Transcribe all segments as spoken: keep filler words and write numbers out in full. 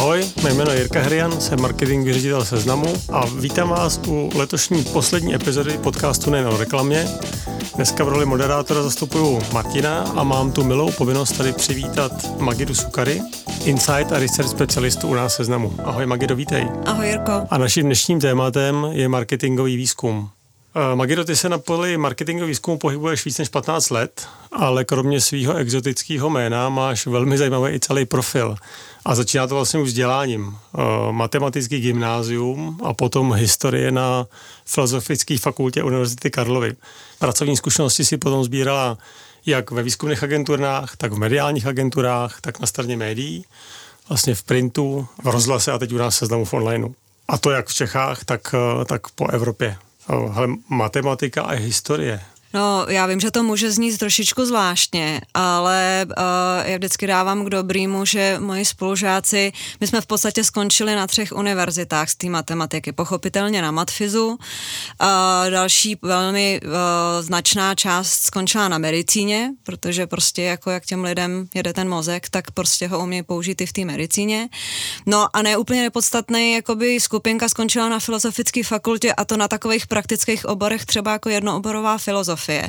Ahoj, mé jméno je Jirka Hrian, jsem marketingový ředitel Seznamu a vítám vás u letošní poslední epizody podcastu Nejen o reklamě. Dneska v roli moderátora zastupuju Martina a mám tu milou povinnost tady přivítat Magidu Sukari, Insight a Research specialistu u nás Seznamu. Ahoj Magido, vítej. Ahoj Jirko. A naším dnešním tématem je marketingový výzkum. Magido, ty se na poli marketingového výzkumu pohybuješ víc než patnáct let, ale kromě svého exotického jména máš velmi zajímavý i celý profil. A začíná to vlastně už vzděláním. Matematický gymnázium a potom historie na Filozofické fakultě Univerzity Karlovy. Pracovní zkušenosti si potom sbírala jak ve výzkumných agenturách, tak v mediálních agenturách, tak na straně médií, vlastně v printu, v rozhlase a teď u nás Seznamu v onlineu. A to jak v Čechách, tak, tak po Evropě. Hele, matematika a historie. No, já vím, že to může znít trošičku zvláštně, ale uh, já vždycky dávám k dobrýmu, že moji spolužáci, my jsme v podstatě skončili na třech univerzitách z té matematiky. Pochopitelně na matfizu, uh, další velmi uh, značná část skončila na medicíně, protože prostě jako jak těm lidem jede ten mozek, tak prostě ho umí použít i v té medicíně. No a ne úplně nepodstatný, jakoby skupinka skončila na Filozofické fakultě a to na takových praktických oborech, třeba jako jednooborová filozofie. Uh,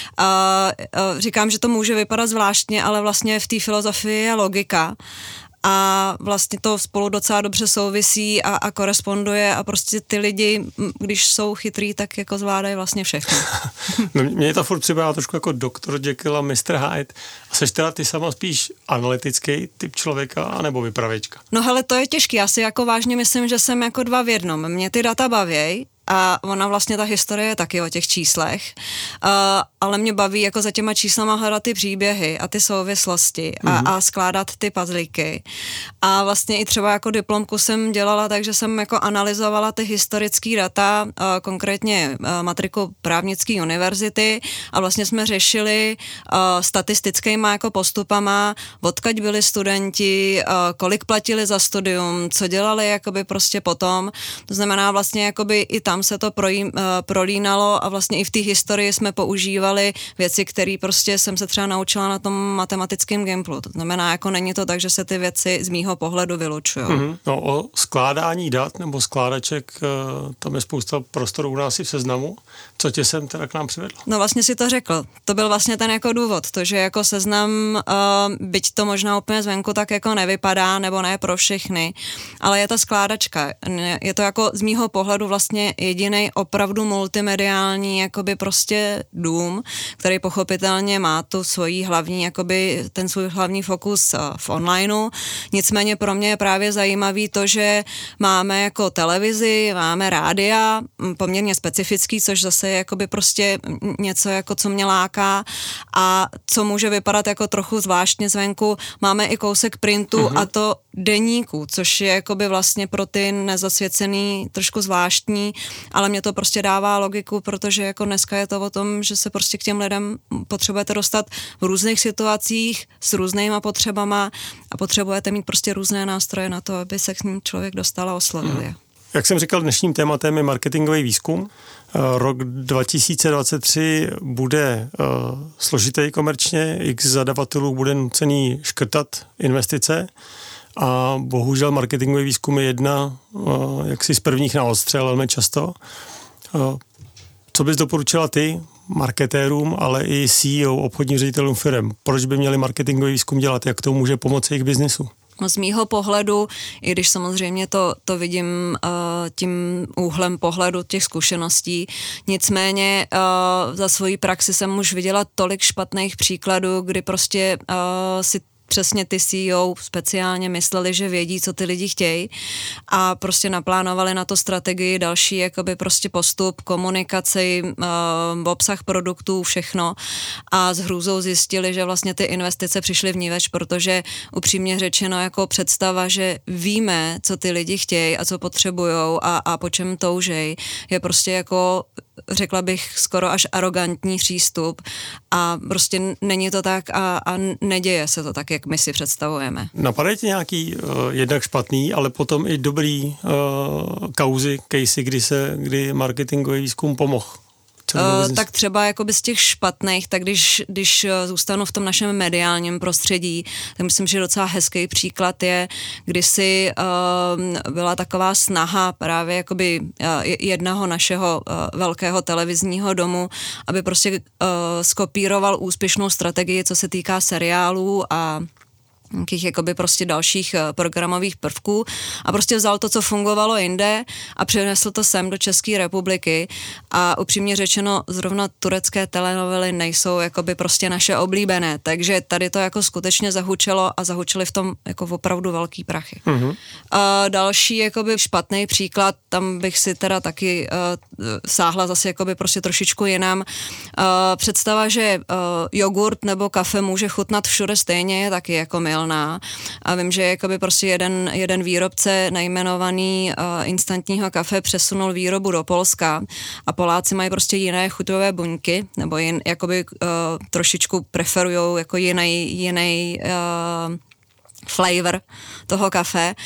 uh, říkám, že to může vypadat zvláštně, ale vlastně v té filozofii je logika a vlastně to spolu docela dobře souvisí a, a koresponduje a prostě ty lidi, když jsou chytrý, tak jako zvládají vlastně všechno. No, mě to furt připadá trošku jako doktor Jekyll a mister Hyde. A seš teda ty sama spíš analytický typ člověka anebo vypravěčka? No hele, to je těžký. Já si jako vážně myslím, že jsem jako dva v jednom. Mě ty data baví, a ona vlastně ta historie je taky o těch číslech, uh, ale mě baví jako za těma číslama hledat ty příběhy a ty souvislosti a, mm-hmm. a skládat ty puzzlíky. A vlastně i třeba jako diplomku jsem dělala, takže jsem jako analyzovala ty historické data, uh, konkrétně uh, matriku právnické univerzity a vlastně jsme řešili uh, statistickýma jako postupama, odkud byli studenti, uh, kolik platili za studium, co dělali jakoby prostě potom. To znamená vlastně jakoby i tam Tam se to projí, uh, prolínalo a vlastně i v té historii jsme používali věci, které prostě jsem se třeba naučila na tom matematickém gimplu. To znamená, jako není to tak, že se ty věci z mýho pohledu vylučují. Mm-hmm. No, o skládání dat nebo skládaček, uh, tam je spousta prostoru u nás i v Seznamu. Co tě sem teda k nám přivedlo? No vlastně si to řekl. To byl vlastně ten jako důvod, to, že jako Seznam, uh, byť to možná úplně zvenku tak jako nevypadá, nebo ne pro všechny, ale je ta skládačka. Je to jako z mýho pohledu vlastně jedinej opravdu multimediální jakoby prostě dům, který pochopitelně má tu svoji hlavní, jakoby ten svůj hlavní fokus v onlineu. Nicméně pro mě je právě zajímavý to, že máme jako televizi, máme rádia, poměrně specifický, což zase je jakoby prostě něco, jako co mě láká a co může vypadat jako trochu zvláštně zvenku. Máme i kousek printu mm-hmm. a to deníku, což je jakoby vlastně pro ty nezasvěcený trošku zvláštní, ale mě to prostě dává logiku, protože jako dneska je to o tom, že se prostě k těm lidem potřebujete dostat v různých situacích s různýma potřebama a potřebujete mít prostě různé nástroje na to, aby se k ním člověk dostal a oslovil je. Hmm. Jak jsem říkal, dnešním tématem je marketingový výzkum. Rok dva tisíce dvacet tři bude uh, složitý komerčně, x zadavatelů bude nucený škrtat investice a bohužel marketingový výzkum je jedna uh, jaksi z prvních na odstřel velmi často. Uh, co bys doporučila ty marketérům, ale i C E O, obchodním ředitelům firem? Proč by měli marketingový výzkum dělat? Jak to může pomoci jejich biznisu? Z mýho pohledu, i když samozřejmě to, to vidím uh, tím úhlem pohledu těch zkušeností, nicméně uh, za svoji praxi jsem už viděla tolik špatných příkladů, kdy prostě uh, si přesně ty C E O speciálně mysleli, že vědí, co ty lidi chtějí a prostě naplánovali na to strategii další jakoby prostě postup, komunikaci, uh, obsah produktů, všechno a s hrůzou zjistili, že vlastně ty investice přišly vniveč, protože upřímně řečeno jako představa, že víme, co ty lidi chtějí a co potřebujou a, a po čem toužej, je prostě jako řekla bych skoro až arrogantní přístup a prostě není to tak a, a neděje se to tak, jak my si představujeme. Napadají ti nějaký uh, jednak špatný, ale potom i dobrý uh, kauzy, casey, kdy se, kdy marketingový výzkum pomohl Uh, tak třeba jakoby z těch špatných, tak když, když zůstanu v tom našem mediálním prostředí, tak myslím, že docela hezký příklad je, kdysi uh, byla taková snaha právě jakoby uh, jednoho našeho uh, velkého televizního domu, aby prostě uh, skopíroval úspěšnou strategii, co se týká seriálů a nějakých jakoby prostě dalších programových prvků a prostě vzal to, co fungovalo jinde a přinesl to sem do České republiky a upřímně řečeno zrovna turecké telenovely nejsou jakoby prostě naše oblíbené, takže tady to jako skutečně zahučelo a zahučili v tom jako opravdu velký prachy. Mm-hmm. A další jakoby špatný příklad, tam bych si teda taky uh, sáhla zase jakoby prostě trošičku jinam. Uh, představa, že uh, jogurt nebo kafe může chutnat všude stejně je taky jako mylná. A vím, že jakoby prostě jeden, jeden výrobce nejmenovaný uh, instantního kafe přesunul výrobu do Polska a Poláci mají prostě jiné chuťové buňky, nebo jin, jakoby uh, trošičku preferujou jako jiný, jiný uh, flavor toho kafe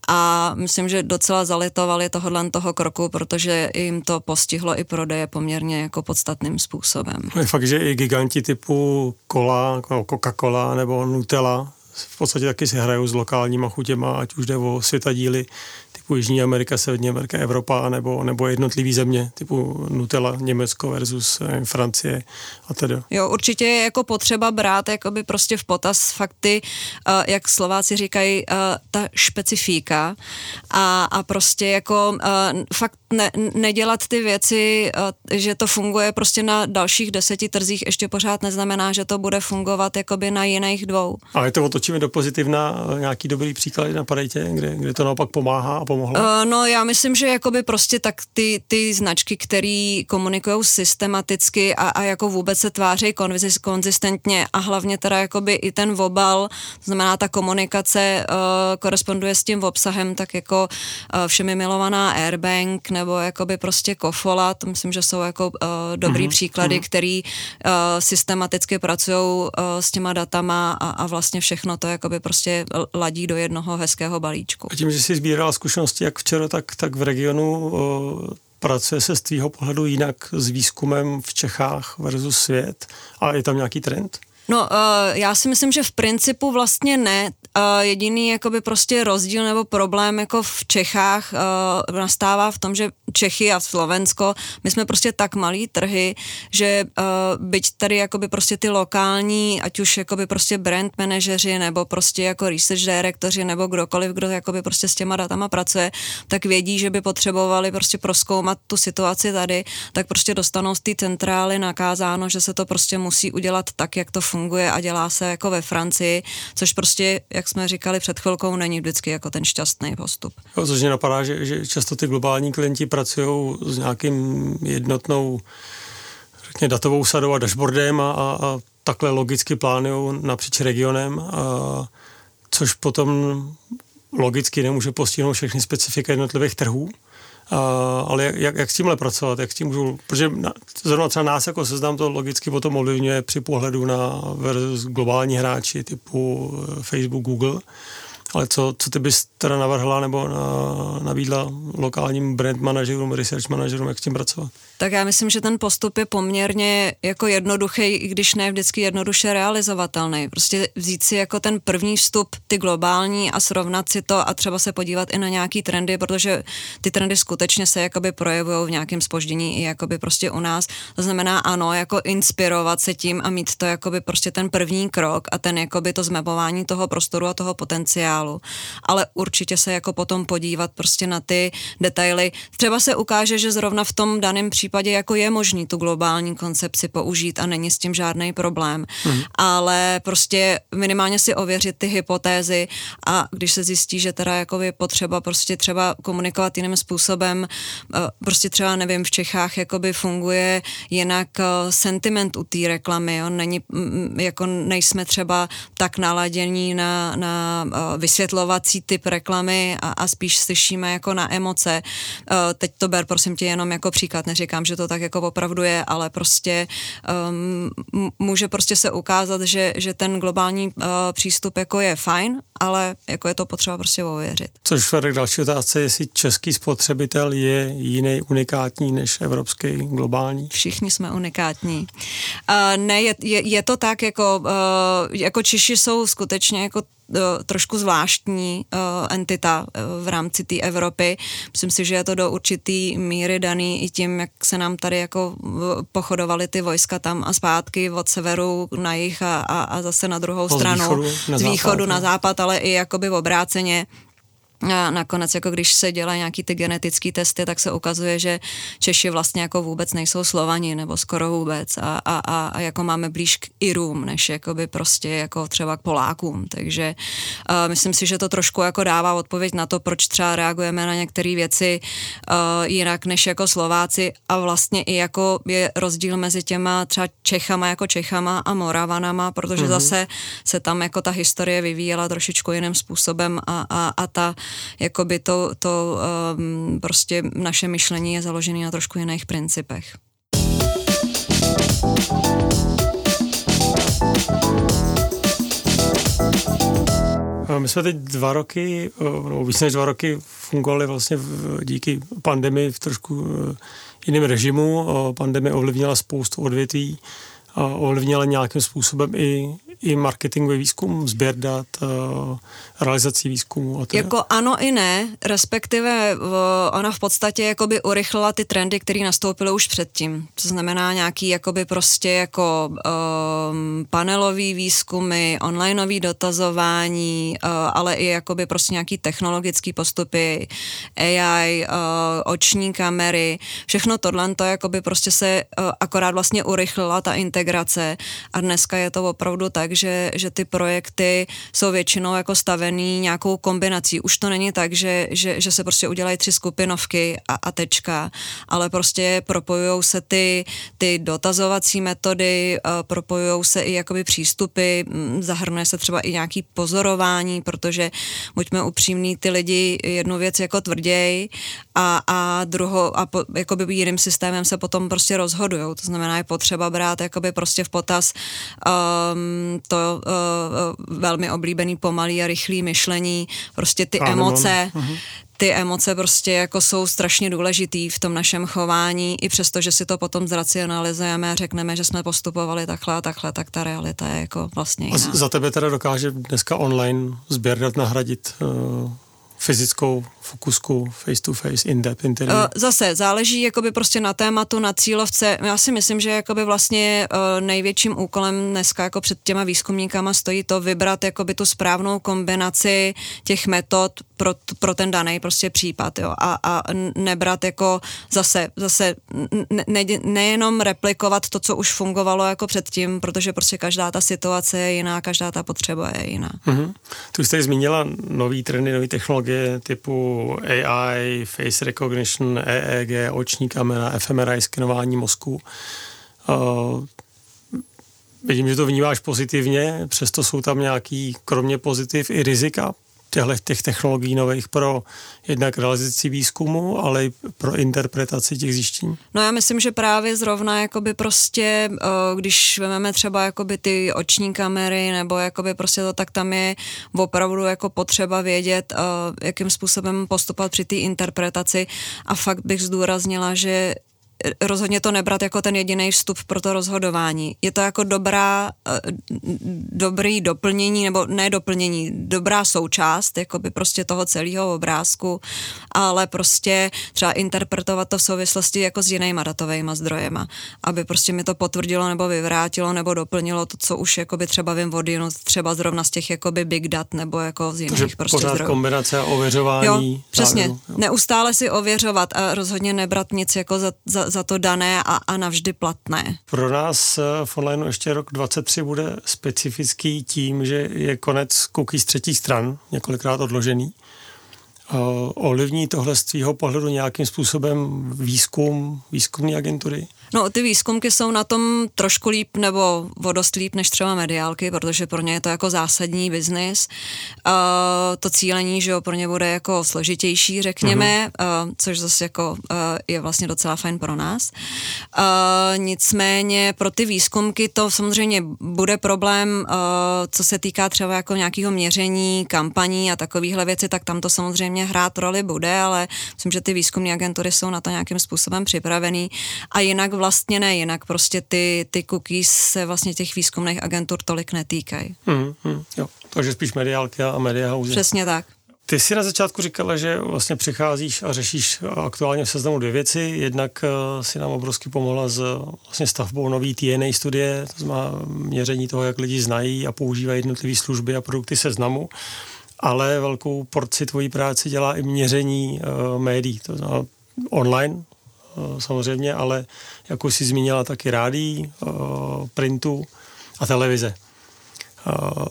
a myslím, že docela zalitovali tohodle toho kroku, protože jim to postihlo i prodeje poměrně jako podstatným způsobem. Je fakt, že i giganti typu Cola, Coca-Cola nebo Nutella v podstatě taky si hrajou s lokálníma chutěma, ať už jde o světadíly typu Jižní Amerika, Severní Amerika, Evropa, nebo, nebo jednotlivý země, typu Nutella, Německo versus nevím, Francie a tedy. Jo, určitě je jako potřeba brát jakoby prostě v potaz fakty, uh, jak Slováci říkají, uh, ta špecifíka a, a prostě jako uh, fakt ne, nedělat ty věci, uh, že to funguje prostě na dalších deseti trzích, ještě pořád neznamená, že to bude fungovat jakoby na jiných dvou. A je to otočíme do pozitivna, nějaký dobrý příklad napadají tě, kde, kde to naopak pomáhá a pomohlo? Uh, no já myslím, že jakoby prostě tak ty, ty značky, které komunikují systematicky a, a jako vůbec se tváří konziz, konzistentně a hlavně teda jakoby i ten obal, to znamená ta komunikace uh, koresponduje s tím obsahem, tak jako uh, všemi milovaná Airbank nebo jakoby prostě Kofola, to myslím, že jsou jako uh, dobrý mm-hmm. příklady, mm-hmm. který uh, systematicky pracují uh, s těma datama a, a vlastně všechno to jakoby prostě ladí do jednoho hezkého balíčku. A tím, že jsi sbírala zkušenosti jak včera, tak, tak v regionu o, pracuje se z tvýho pohledu jinak s výzkumem v Čechách versus svět, ale je tam nějaký trend? No, uh, já si myslím, že v principu vlastně ne. Uh, jediný jakoby prostě rozdíl nebo problém jako v Čechách uh, nastává v tom, že Čechy a Slovensko, my jsme prostě tak malý trhy, že uh, byť tady jakoby prostě ty lokální, ať už jakoby prostě brand manažeři nebo prostě jako research directoři nebo kdokoliv, kdo jakoby prostě s těma datama pracuje, tak vědí, že by potřebovali prostě prozkoumat tu situaci tady, tak prostě dostanou z té centrály nakázáno, že se to prostě musí udělat tak, jak to funguje a dělá se jako ve Francii, což prostě, jak jsme říkali před chvilkou, není vždycky jako ten šťastný postup. Jo, což mě napadá, že, že často ty globální klienti pracují s nějakým jednotnou, řekně, datovou sadou a dashboardem a, a, a takhle logicky plánují napříč regionem, a, což potom logicky nemůže postihnout všechny specifika jednotlivých trhů. Uh, ale jak, jak s tímhle pracovat, jak s tím můžu, protože na, zrovna třeba nás jako Seznam to logicky potom ovlivňuje při pohledu na versus globální hráči typu Facebook, Google, ale co, co ty bys teda navrhla nebo na, nabídla lokálním brand manažerům, research manažerům, jak s tím pracovat? Tak já myslím, že ten postup je poměrně jako jednoduchý, i když ne vždycky jednoduše realizovatelný. Prostě vzít si jako ten první vstup, ty globální a srovnat si to a třeba se podívat i na nějaký trendy, protože ty trendy skutečně se jakoby projevují v nějakém zpoždění i jakoby prostě u nás. To znamená ano, jako inspirovat se tím a mít to jakoby prostě ten první krok a ten jakoby to zmapování toho prostoru a toho potenciálu. Ale určitě se jako potom podívat prostě na ty detaily. Třeba se ukáže, že zrovna v tom daném případě jako je možný tu globální koncepci použít a není s tím žádný problém. Hmm. Ale prostě minimálně si ověřit ty hypotézy a když se zjistí, že teda jako je potřeba prostě třeba komunikovat jiným způsobem, prostě třeba nevím, v Čechách jakoby funguje jinak sentiment u té reklamy, jo? Není, jako nejsme třeba tak naladění na, na vysvětlovací typ reklamy a, a spíš slyšíme jako na emoce. Teď to ber, prosím tě, jenom jako příklad, neříkám, že to tak jako opravdu je, ale prostě um, může prostě se ukázat, že, že ten globální uh, přístup jako je fajn ale jako je to potřeba prostě ověřit. Což vede k další otázce, jestli český spotřebitel je jiný, unikátní než evropský, globální? Všichni jsme unikátní. Uh, ne, je, je, je to tak, jako, uh, jako Češi jsou skutečně jako trošku zvláštní uh, entita uh, v rámci té Evropy. Myslím si, že je to do určitý míry daný i tím, jak se nám tady jako pochodovaly ty vojska tam a zpátky od severu na jih a, a, a zase na druhou z stranu. Východu na z východu západ, na západ, ale i jakoby obráceně. A nakonec, jako když se dělají nějaký ty genetické testy, tak se ukazuje, že Češi vlastně jako vůbec nejsou Slovani, nebo skoro vůbec a, a, a, a jako máme blíž k Irům, než jakoby prostě jako třeba k Polákům, takže uh, myslím si, že to trošku jako dává odpověď na to, proč třeba reagujeme na některé věci uh, jinak než jako Slováci a vlastně i jako je rozdíl mezi těma třeba Čechama jako Čechama a Moravanama, protože mm-hmm. zase se tam jako ta historie vyvíjela trošičku jiným způsobem a, a, a ta jakoby to, to um, prostě naše myšlení je založené na trošku jiných principech. My jsme teď dva roky, nebo víc než dva roky fungovali vlastně díky pandemii v trošku jiném režimu. Pandemie ovlivnila spoustu odvětví a ovlivnila nějakým způsobem i i marketingový výzkum, sběr dat, realizací výzkumu. A teda. Jako ano i ne, respektive ona v podstatě jakoby urychlila ty trendy, které nastoupily už předtím. To znamená nějaký jakoby prostě jako um, panelový výzkumy, onlineový dotazování, uh, ale i jakoby prostě nějaký technologický postupy, A I, uh, oční kamery, všechno tohle to jakoby prostě se uh, akorát vlastně urychlila ta integrace a dneska je to opravdu tak, že, že ty projekty jsou většinou jako stavený nějakou kombinací. Už to není tak, že, že, že se prostě udělají tři skupinovky a, a tečka, ale prostě propojujou se ty, ty dotazovací metody, propojujou se i jakoby přístupy, zahrnuje se třeba i nějaký pozorování, protože buďme upřímní, ty lidi jednu věc jako tvrděj a, a druhou a po, jakoby jiným systémem se potom prostě rozhodujou. To znamená, je potřeba brát jakoby prostě v potaz um, to uh, velmi oblíbený pomalý a rychlý myšlení, prostě ty Ano, emoce, uh-huh. ty emoce prostě jako jsou strašně důležitý v tom našem chování, i přesto, že si to potom zracionalizujeme a řekneme, že jsme postupovali takhle a takhle, tak ta realita je jako vlastně jiná. A za tebe teda dokáže dneska online sběr dat nahradit uh, fyzickou fokusku, face to face, in-depth interview? Zase záleží jakoby prostě na tématu, na cílovce. Já si myslím, že jakoby vlastně největším úkolem dneska jako před těma výzkumníkama stojí to vybrat jakoby tu správnou kombinaci těch metod pro, pro ten daný prostě případ, jo. A, a nebrat jako zase, zase ne, ne, nejenom replikovat to, co už fungovalo jako předtím, protože prostě každá ta situace je jiná, každá ta potřeba je jiná. Mm-hmm. Ty už jste zmínila nový trendy, nový technologie typu A I, face recognition, E E G, oční kamera, F M R I, skenování mozku. Uh, vidím, že to vnímáš pozitivně, přesto jsou tam nějaký, kromě pozitiv, i rizika těchto těch technologií nových pro jednak realizaci výzkumu, ale i pro interpretaci těch zjištění? No já myslím, že právě zrovna jakoby prostě, když vezmeme třeba jakoby ty oční kamery nebo jakoby prostě to, tak tam je opravdu jako potřeba vědět, jakým způsobem postupovat při té interpretaci a fakt bych zdůraznila, že rozhodně to nebrat jako ten jediný vstup pro to rozhodování. Je to jako dobrá, dobrý doplnění, nebo ne doplnění, dobrá součást jakoby prostě toho celého obrázku, ale prostě třeba interpretovat to v souvislosti jako s jinýma datovejma zdrojema, aby prostě mi to potvrdilo nebo vyvrátilo nebo doplnilo to, co už jakoby třeba vím odjinut, třeba zrovna z těch jakoby big dat nebo jako z jiných Takže prostě pořád zdrojů. Kombinace a ověřování. Jo, přesně. Závěru, jo. Neustále si ověřovat a rozhodně nebrat nic jako za, za za to dané a, a navždy platné. Pro nás v onlineu ještě rok dvacet tři bude specifický tím, že je konec cookies třetích stran, několikrát odložený. Ovlivní tohle z tvýho pohledu nějakým způsobem výzkum, výzkumní agentury? No, ty výzkumky jsou na tom trošku líp nebo o dost líp než třeba mediálky, protože pro ně je to jako zásadní biznis. Uh, to cílení, že jo, pro ně bude jako složitější, řekněme, mm-hmm. uh, což zase jako uh, je vlastně docela fajn pro nás. Uh, nicméně pro ty výzkumky to samozřejmě bude problém, uh, co se týká třeba jako nějakého měření, kampaní a takovýchhle věci, tak tam to samozřejmě hrát roli bude, ale myslím, že ty výzkumné agentury jsou na to nějakým způsobem připravený a jinak vlastně ne, jinak prostě ty, ty cookies se vlastně těch výzkumných agentur tolik netýkají. Hmm, hmm, jo, takže spíš mediálky a media housey. Přesně tak. Ty jsi na začátku říkala, že vlastně přicházíš a řešíš aktuálně v Seznamu dvě věci. Jednak si nám obrovsky pomohla s vlastně stavbou nový T N A studie, to znamená měření toho, jak lidi znají a používají jednotlivé služby a produkty Seznamu. Ale velkou porci tvojí práce dělá i měření uh, médií, to znamená online uh, samozřejmě, ale jak už jsi zmínila, taky rádií, uh, printu a televize. Uh,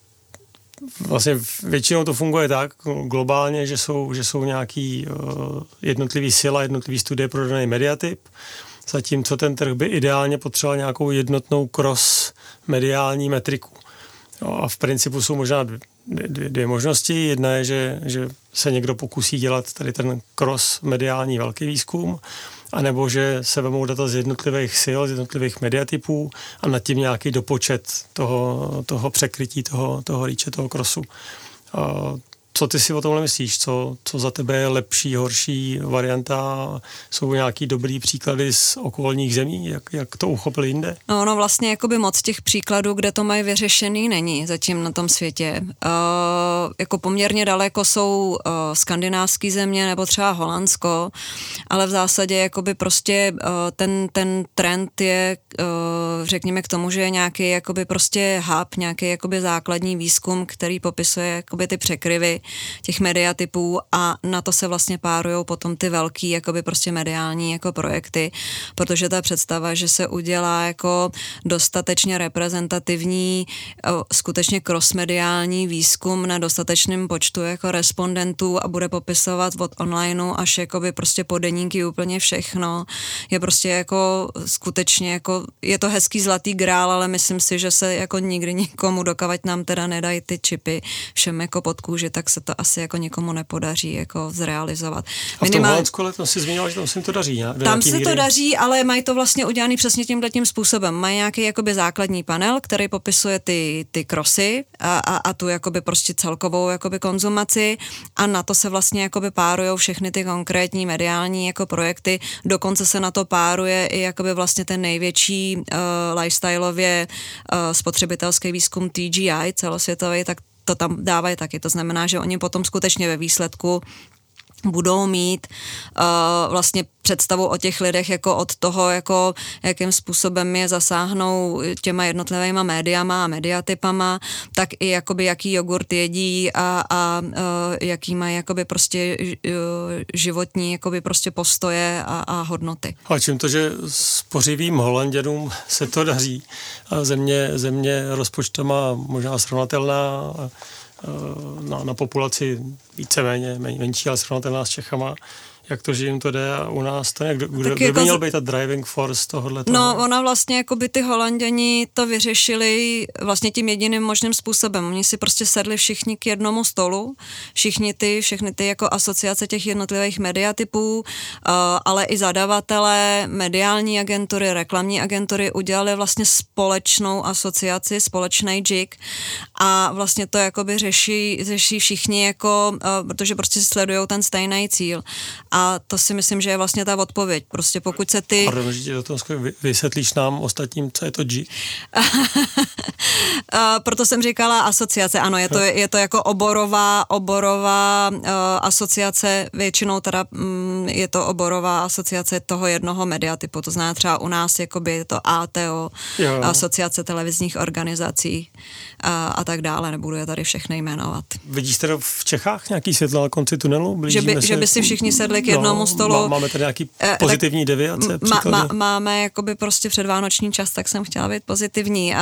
Vlastně většinou to funguje tak globálně, že jsou, že jsou nějaký uh, jednotlivý sila, jednotlivý studie pro daný mediatyp, zatímco ten trh by ideálně potřeboval nějakou jednotnou cross-mediální metriku. No a v principu jsou možná dvě, dvě, dvě možnosti. Jedna je, že, že se někdo pokusí dělat tady ten cross-mediální velký výzkum, anebo že se vemou data z jednotlivých sil, z jednotlivých mediatypů a nad tím nějaký dopočet toho, toho překrytí, toho, toho reache, toho crossu. A co ty si o tomhle myslíš? Co, co za tebe je lepší, horší varianta? Jsou nějaký dobrý příklady z okolních zemí? Jak, jak to uchopili jinde? No, no vlastně jakoby moc těch příkladů, kde to mají vyřešený, není zatím na tom světě. Uh, jako poměrně daleko jsou uh, skandinávské země nebo třeba Holandsko, ale v zásadě jakoby prostě uh, ten, ten trend je, uh, řekněme k tomu, že je nějaký jakoby prostě hub, nějaký jakoby základní výzkum, který popisuje jakoby ty překryvy těch mediatypů a na to se vlastně párujou potom ty velký jakoby prostě mediální jako projekty, protože ta představa, že se udělá jako dostatečně reprezentativní, skutečně crossmediální výzkum na dostatečném počtu jako respondentů a bude popisovat od onlineu až jakoby prostě po deníky úplně všechno, je prostě jako skutečně jako, je to hezký zlatý grál, ale myslím si, že se jako nikdy nikomu, dokavať nám teda nedají ty čipy všem jako pod kůži, tak se to asi jako nikomu nepodaří jako zrealizovat. A v tom Holandsku, ale tam si zmínila, že tam se jim to daří, ne? Tam se míry? To daří, ale mají to vlastně udělaný přesně tímhletím způsobem. Mají nějaký jakoby základní panel, který popisuje ty, ty krosy a, a, a tu jakoby prostě celkovou jakoby konzumaci a na to se vlastně jakoby párujou všechny ty konkrétní mediální jako projekty. Dokonce se na to páruje i jakoby vlastně ten největší uh, lifestyleově uh, spotřebitelský výzkum T G I celosvětový, tak to tam dávají taky. To znamená, že oni potom skutečně ve výsledku budou mít uh, vlastně představu o těch lidech jako od toho, jako jakým způsobem je zasáhnou těma jednotlivýma médiama a mediatypama, tak i jakoby jaký jogurt jedí a, a uh, jaký mají jakoby prostě uh, životní jakoby prostě postoje a, a hodnoty. A čím to, že spořivým Holanděnům se to daří a země, země rozpočtama možná srovnatelná na, na populaci víceméně menší, ale srovnatelná s Čechama, jak to, že jim to jde a u nás to nějak, kdo, kdo by měl být ta driving force tohohle toho? No, ona vlastně, jako by ty Holanděni to vyřešili vlastně tím jediným možným způsobem. Oni si prostě sedli všichni k jednomu stolu, všichni ty, všechny ty jako asociace těch jednotlivých mediatypů, uh, ale i zadavatelé, mediální agentury, reklamní agentury udělali vlastně společnou asociaci, společný jig a vlastně to jakoby řeší, řeší všichni jako, uh, protože prostě sledujou ten stejný cíl. A to si myslím, že je vlastně ta odpověď. Prostě pokud se ty... Pardon, že do toho vysvětlíš nám ostatním, co je to G? Proto jsem říkala asociace. Ano, je to, je to jako oborová, oborová uh, asociace. Většinou teda um, je to oborová asociace toho jednoho mediatypu. To znamená třeba u nás jakoby je to A T O, jo. Asociace televizních organizací a, a tak dále. Nebudu je tady všechny jmenovat. Vidíš teda v Čechách nějaký světlo na konci tunelu? Že by, že by si všichni sedli k jednomu stolu. No, máme tady nějaký pozitivní deviace? Má, má, máme jakoby prostě předvánoční čas, tak jsem chtěla být pozitivní, ale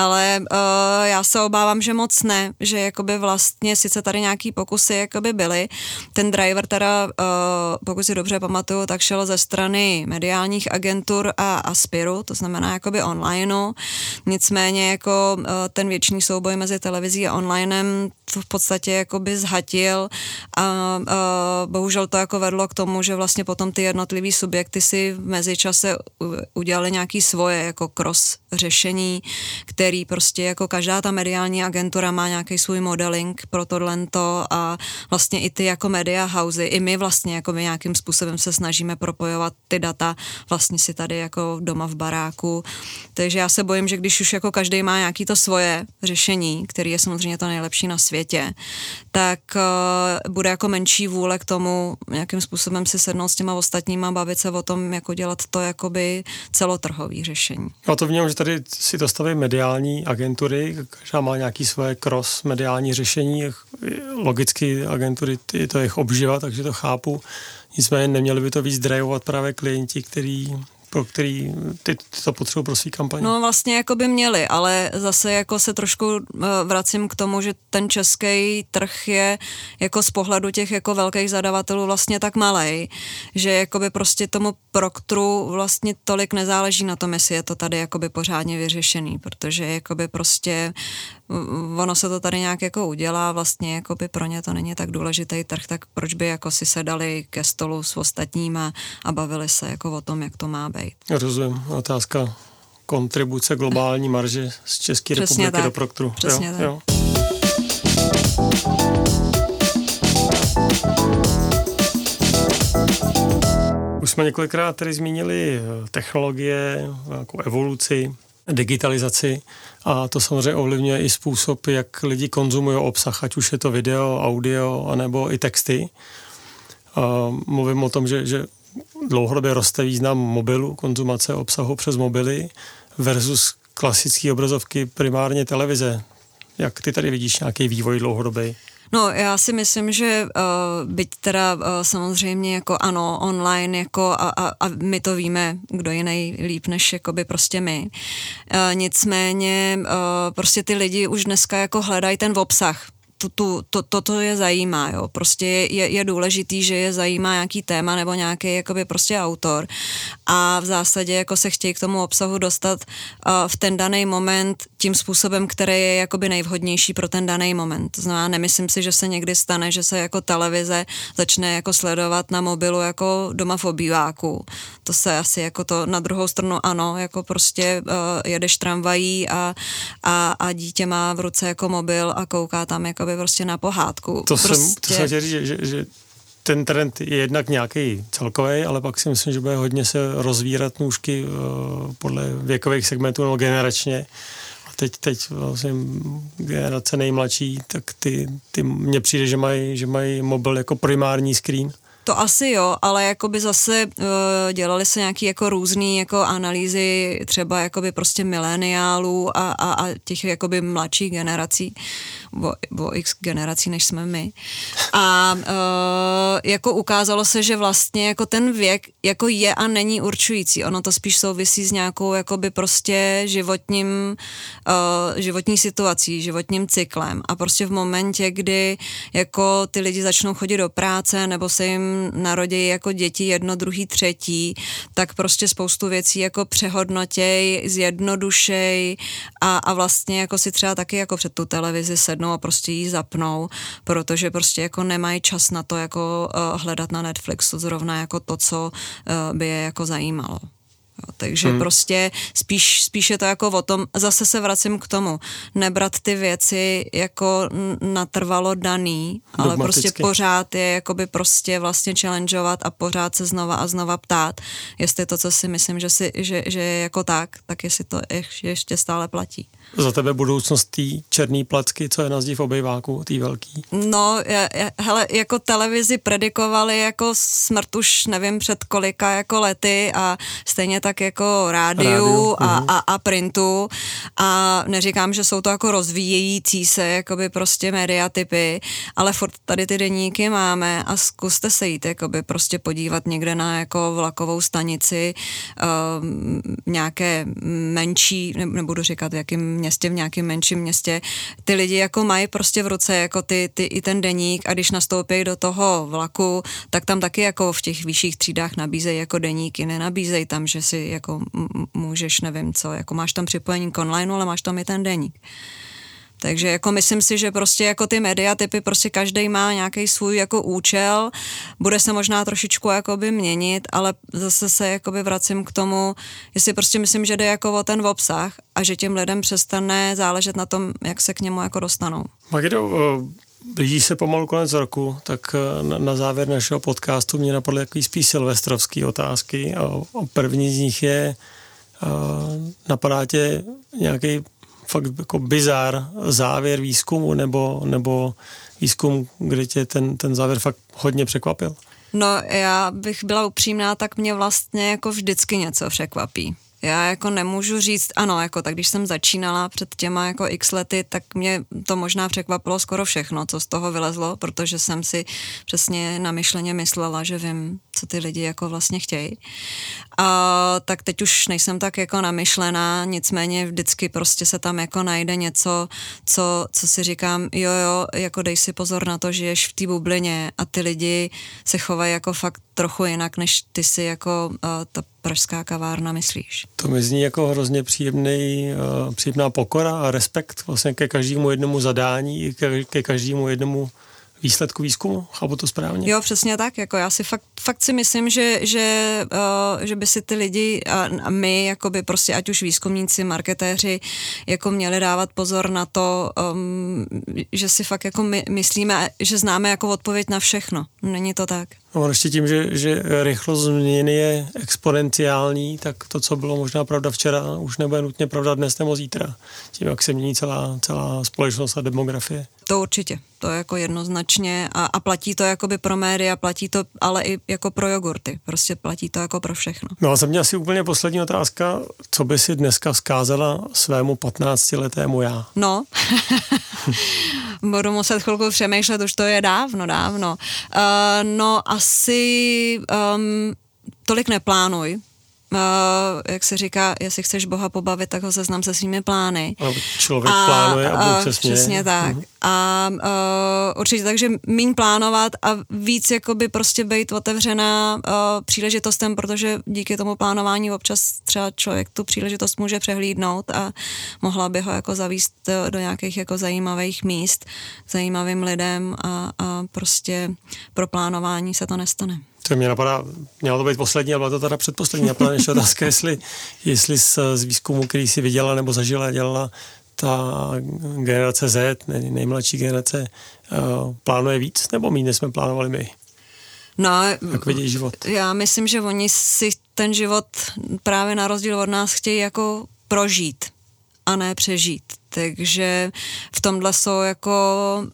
uh, já se obávám, že moc ne, že jakoby vlastně sice tady nějaký pokusy jakoby byly. Ten driver teda, uh, pokud si dobře pamatuju, tak šel ze strany mediálních agentur a Aspiru, to znamená jakoby onlineu. Nicméně jako uh, ten věčný souboj mezi televizí a onlinem to v podstatě jakoby zhatil a uh, bohužel to jako vedlo k tomu, že vlastně potom ty jednotlivý subjekty si v mezičase udělali nějaký svoje jako cross řešení, který prostě jako každá ta mediální agentura má nějaký svůj modeling pro tohlento a vlastně i ty jako media housey, i my vlastně jako my nějakým způsobem se snažíme propojovat ty data vlastně si tady jako doma v baráku. Takže já se bojím, že když už jako každý má nějaký to svoje řešení, který je samozřejmě to nejlepší na světě, tak uh, bude jako menší vůle k tomu nějakým způsobem si sednout s těma ostatníma, bavit se o tom, jako dělat to jakoby celotrhový řešení. A to vnímám, že tady si to staví mediální agentury, každá má nějaký svoje cross mediální řešení, logicky agentury, je to jejich obživa, takže to chápu. Nicméně neměli by to víc drivovat právě klienti, který pro který ty, ty to potřebují pro svý kampaně. No vlastně jako by měli, ale zase jako se trošku vracím k tomu, že ten český trh je jako z pohledu těch jako velkých zadavatelů vlastně tak malej, že jakoby prostě tomu Proctoru vlastně tolik nezáleží na tom, jestli je to tady jakoby pořádně vyřešený, protože jakoby prostě ono se to tady nějak jako udělá, vlastně jakoby pro ně to není tak důležitý trh, tak proč by jako si sedali ke stolu s ostatníma a bavili se jako o tom, jak to má být. Rozumím. Otázka kontribuce globální marže z České Přesně republiky tak. do Proctoru. Přesně jo, tak. Jo. Už jsme několikrát tady zmínili technologie, nějakou evoluci, digitalizaci a to samozřejmě ovlivňuje i způsob, jak lidi konzumují obsah, ať už je to video, audio, anebo i texty. A mluvím o tom, že, že dlouhodobě roste význam mobilu, konzumace obsahu přes mobily versus klasické obrazovky, primárně televize. Jak ty tady vidíš nějaký vývoj dlouhodobý? No, já si myslím, že uh, byť teda uh, samozřejmě jako ano, online jako a, a, a my to víme, kdo jiný líp než jakoby prostě my. Uh, nicméně uh, prostě ty lidi už dneska jako hledají ten obsah. To, to, to, to, to je zajímá, jo. Prostě je, je důležitý, že je zajímá nějaký téma nebo nějaký jakoby prostě autor a v zásadě jako se chtějí k tomu obsahu dostat uh, v ten daný moment tím způsobem, který je jakoby nejvhodnější pro ten daný moment. To znamená, nemyslím si, že se někdy stane, že se jako televize začne jako sledovat na mobilu jako doma v obýváku. To se asi jako to na druhou stranu ano, jako prostě uh, jedeš tramvají a, a, a dítě má v ruce jako mobil a kouká tam jako prostě na pohádku. To prostě... jsem, to jsem chtěl říct, že, že, že ten trend je jednak nějaký celkový, ale pak si myslím, že bude hodně se rozvírat nůžky uh, podle věkových segmentů nebo generačně. A teď, teď vlastně generace nejmladší, tak ty, ty mně přijde, že mají, že mají mobil jako primární screen. To asi jo, ale jakoby zase uh, dělali se nějaký jako různý jako analýzy třeba jakoby prostě mileniálů a, a, a těch jakoby mladších generací, o, o x generací, než jsme my. A uh, jako ukázalo se, že vlastně jako ten věk jako je a není určující. Ono to spíš souvisí s nějakou jakoby prostě životním, uh, životní situací, životním cyklem. A prostě v momentě, kdy jako ty lidi začnou chodit do práce nebo se jim narodí jako děti jedno, druhý, třetí, tak prostě spoustu věcí jako přehodnotěj, zjednodušej a, a vlastně jako si třeba taky jako před tu televizi sednou a prostě ji zapnou, protože prostě jako nemají čas na to jako uh, hledat na Netflixu zrovna jako to, co uh, by je jako zajímalo. Jo, takže hmm. prostě spíš, spíš je to jako o tom, zase se vracím k tomu, nebrat ty věci jako natrvalo daný, ale prostě pořád je jakoby prostě vlastně challengeovat a pořád se znova a znova ptát, jestli to, co si myslím, že, si, že, že je jako tak, tak jestli to ještě, ještě stále platí. Za tebe budoucnost té černý placky, co je na zdi v obejváku, tý velký? No, je, je, hele, jako televizi predikovali jako smrt už nevím před kolika jako lety a stejně tak jako rádiu, rádiu. A, a, a printu a neříkám, že jsou to jako rozvíjející se jakoby prostě mediatypy, ale furt tady ty deníky máme a zkuste se jít jakoby prostě podívat někde na jako vlakovou stanici, um, nějaké menší, nebudu říkat v jakém městě, v nějakém menším městě, ty lidi jako mají prostě v ruce jako ty, ty i ten deník a když nastoupí do toho vlaku, tak tam taky jako v těch vyšších třídách nabízejí jako deníky, nenabízejí tam, že si jako můžeš, nevím co, jako máš tam připojení k online, ale máš tam i ten deník. Takže jako myslím si, že prostě jako ty mediatypy, prostě každý má nějaký svůj jako účel, bude se možná trošičku jakoby měnit, ale zase se jakoby vracím k tomu, jestli prostě myslím, že jde jako o ten obsah a že těm lidem přestane záležet na tom, jak se k němu jako dostanou. Magido, blíží se pomalu konec roku, tak na, na závěr našeho podcastu mě napadly takový spíš silvestrovský otázky a první z nich je, napadá tě nějaký fakt jako bizár závěr výzkumu nebo, nebo výzkum, kde tě ten, ten závěr fakt hodně překvapil? No já bych byla upřímná, tak mě vlastně jako vždycky něco překvapí. Já jako nemůžu říct, ano, jako tak když jsem začínala před těma jako x lety, tak mě to možná překvapilo skoro všechno, co z toho vylezlo, protože jsem si přesně namyšleně myslela, že vím, co ty lidi jako vlastně chtějí. A tak teď už nejsem tak jako namyšlená, nicméně vždycky prostě se tam jako najde něco, co, co si říkám, jo, jo, jako dej si pozor na to, že ješ v té bublině a ty lidi se chovají jako fakt trochu jinak, než ty si jako uh, ta pražská kavárna myslíš. To mi zní jako hrozně příjemný, uh, příjemná pokora a respekt vlastně ke každému jednomu zadání, ke, ke každému jednomu výsledku výzkumu, chápu to správně? Jo, přesně tak, jako já si fakt, fakt si myslím, že, že, uh, že by si ty lidi a, a my, jakoby prostě ať už výzkumníci, marketéři, jako měli dávat pozor na to, um, že si fakt jako my, myslíme, že známe jako odpověď na všechno. Není to tak. No, ještě tím, že, že rychlost změny je exponenciální, tak to, co bylo možná pravda včera, už nebude nutně pravda dnes nebo zítra. Tím, jak se mění celá, celá společnost a demografie. To určitě, to je jako jednoznačně a, a platí to jakoby pro média, platí to ale i jako pro jogurty, prostě platí to jako pro všechno. No a za mě asi úplně poslední otázka, co by si dneska vzkázala svému patnáctiletému já? No, budu muset chvilku přemýšlet, už to je dávno, dávno. Uh, no asi um, tolik neplánuj. Uh, jak se říká, jestli chceš Boha pobavit, tak ho seznam se svými plány. A člověk a, plánuje a Bůh se směje. Přesně tak. Uh-huh. A uh, určitě takže míň plánovat a víc jakoby prostě být otevřená uh, příležitostem, protože díky tomu plánování občas třeba člověk tu příležitost může přehlídnout a mohla by ho jako zavíst do, do nějakých jako zajímavých míst, zajímavým lidem a, a prostě pro plánování se to nestane. To mě napadá, mělo to být poslední, ale byla to teda předposlední. Napadá ještě otázka, jestli, jestli z, z výzkumu, který si viděla nebo zažila, dělala ta generace Z, nej, nejmladší generace, uh, plánuje víc nebo méně, jsme plánovali my? No, jak vidí život? Já myslím, že oni si ten život právě na rozdíl od nás chtějí jako prožít a ne přežít. Takže v tomhle jsou jako uh,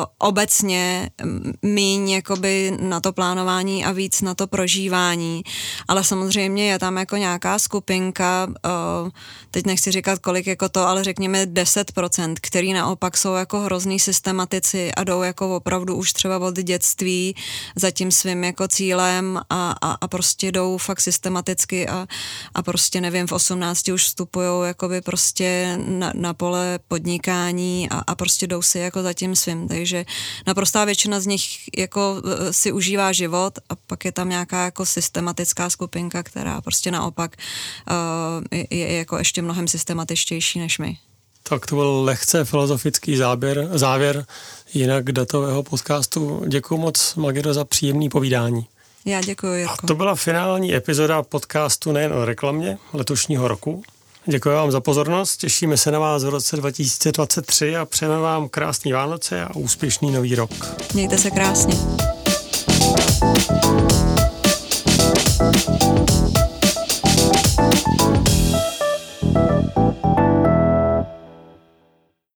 obecně míň jakoby na to plánování a víc na to prožívání, ale samozřejmě je tam jako nějaká skupinka, uh, teď nechci říkat kolik jako to, ale řekněme deset procent, který naopak jsou jako hrozný systematici a jdou jako opravdu už třeba od dětství za tím svým jako cílem a, a, a prostě jdou fakt systematicky a, a prostě nevím, v osmnácti už vstupujou jakoby prostě na, na pole podnikání a, a prostě jdou si jako za tím svým, takže naprostá většina z nich jako si užívá život a pak je tam nějaká jako systematická skupinka, která prostě naopak uh, je, je jako ještě mnohem systematičtější než my. Tak to byl lehce filozofický záběr, závěr jinak datového podcastu. Děkuji moc, Magido, za příjemný povídání. Já děkuji, Jirko. A to byla finální epizoda podcastu nejen o reklamě letošního roku. Děkuji vám za pozornost, těšíme se na vás v roce dva tisíce dvacet tři a přejeme vám krásný Vánoce a úspěšný nový rok. Mějte se krásně.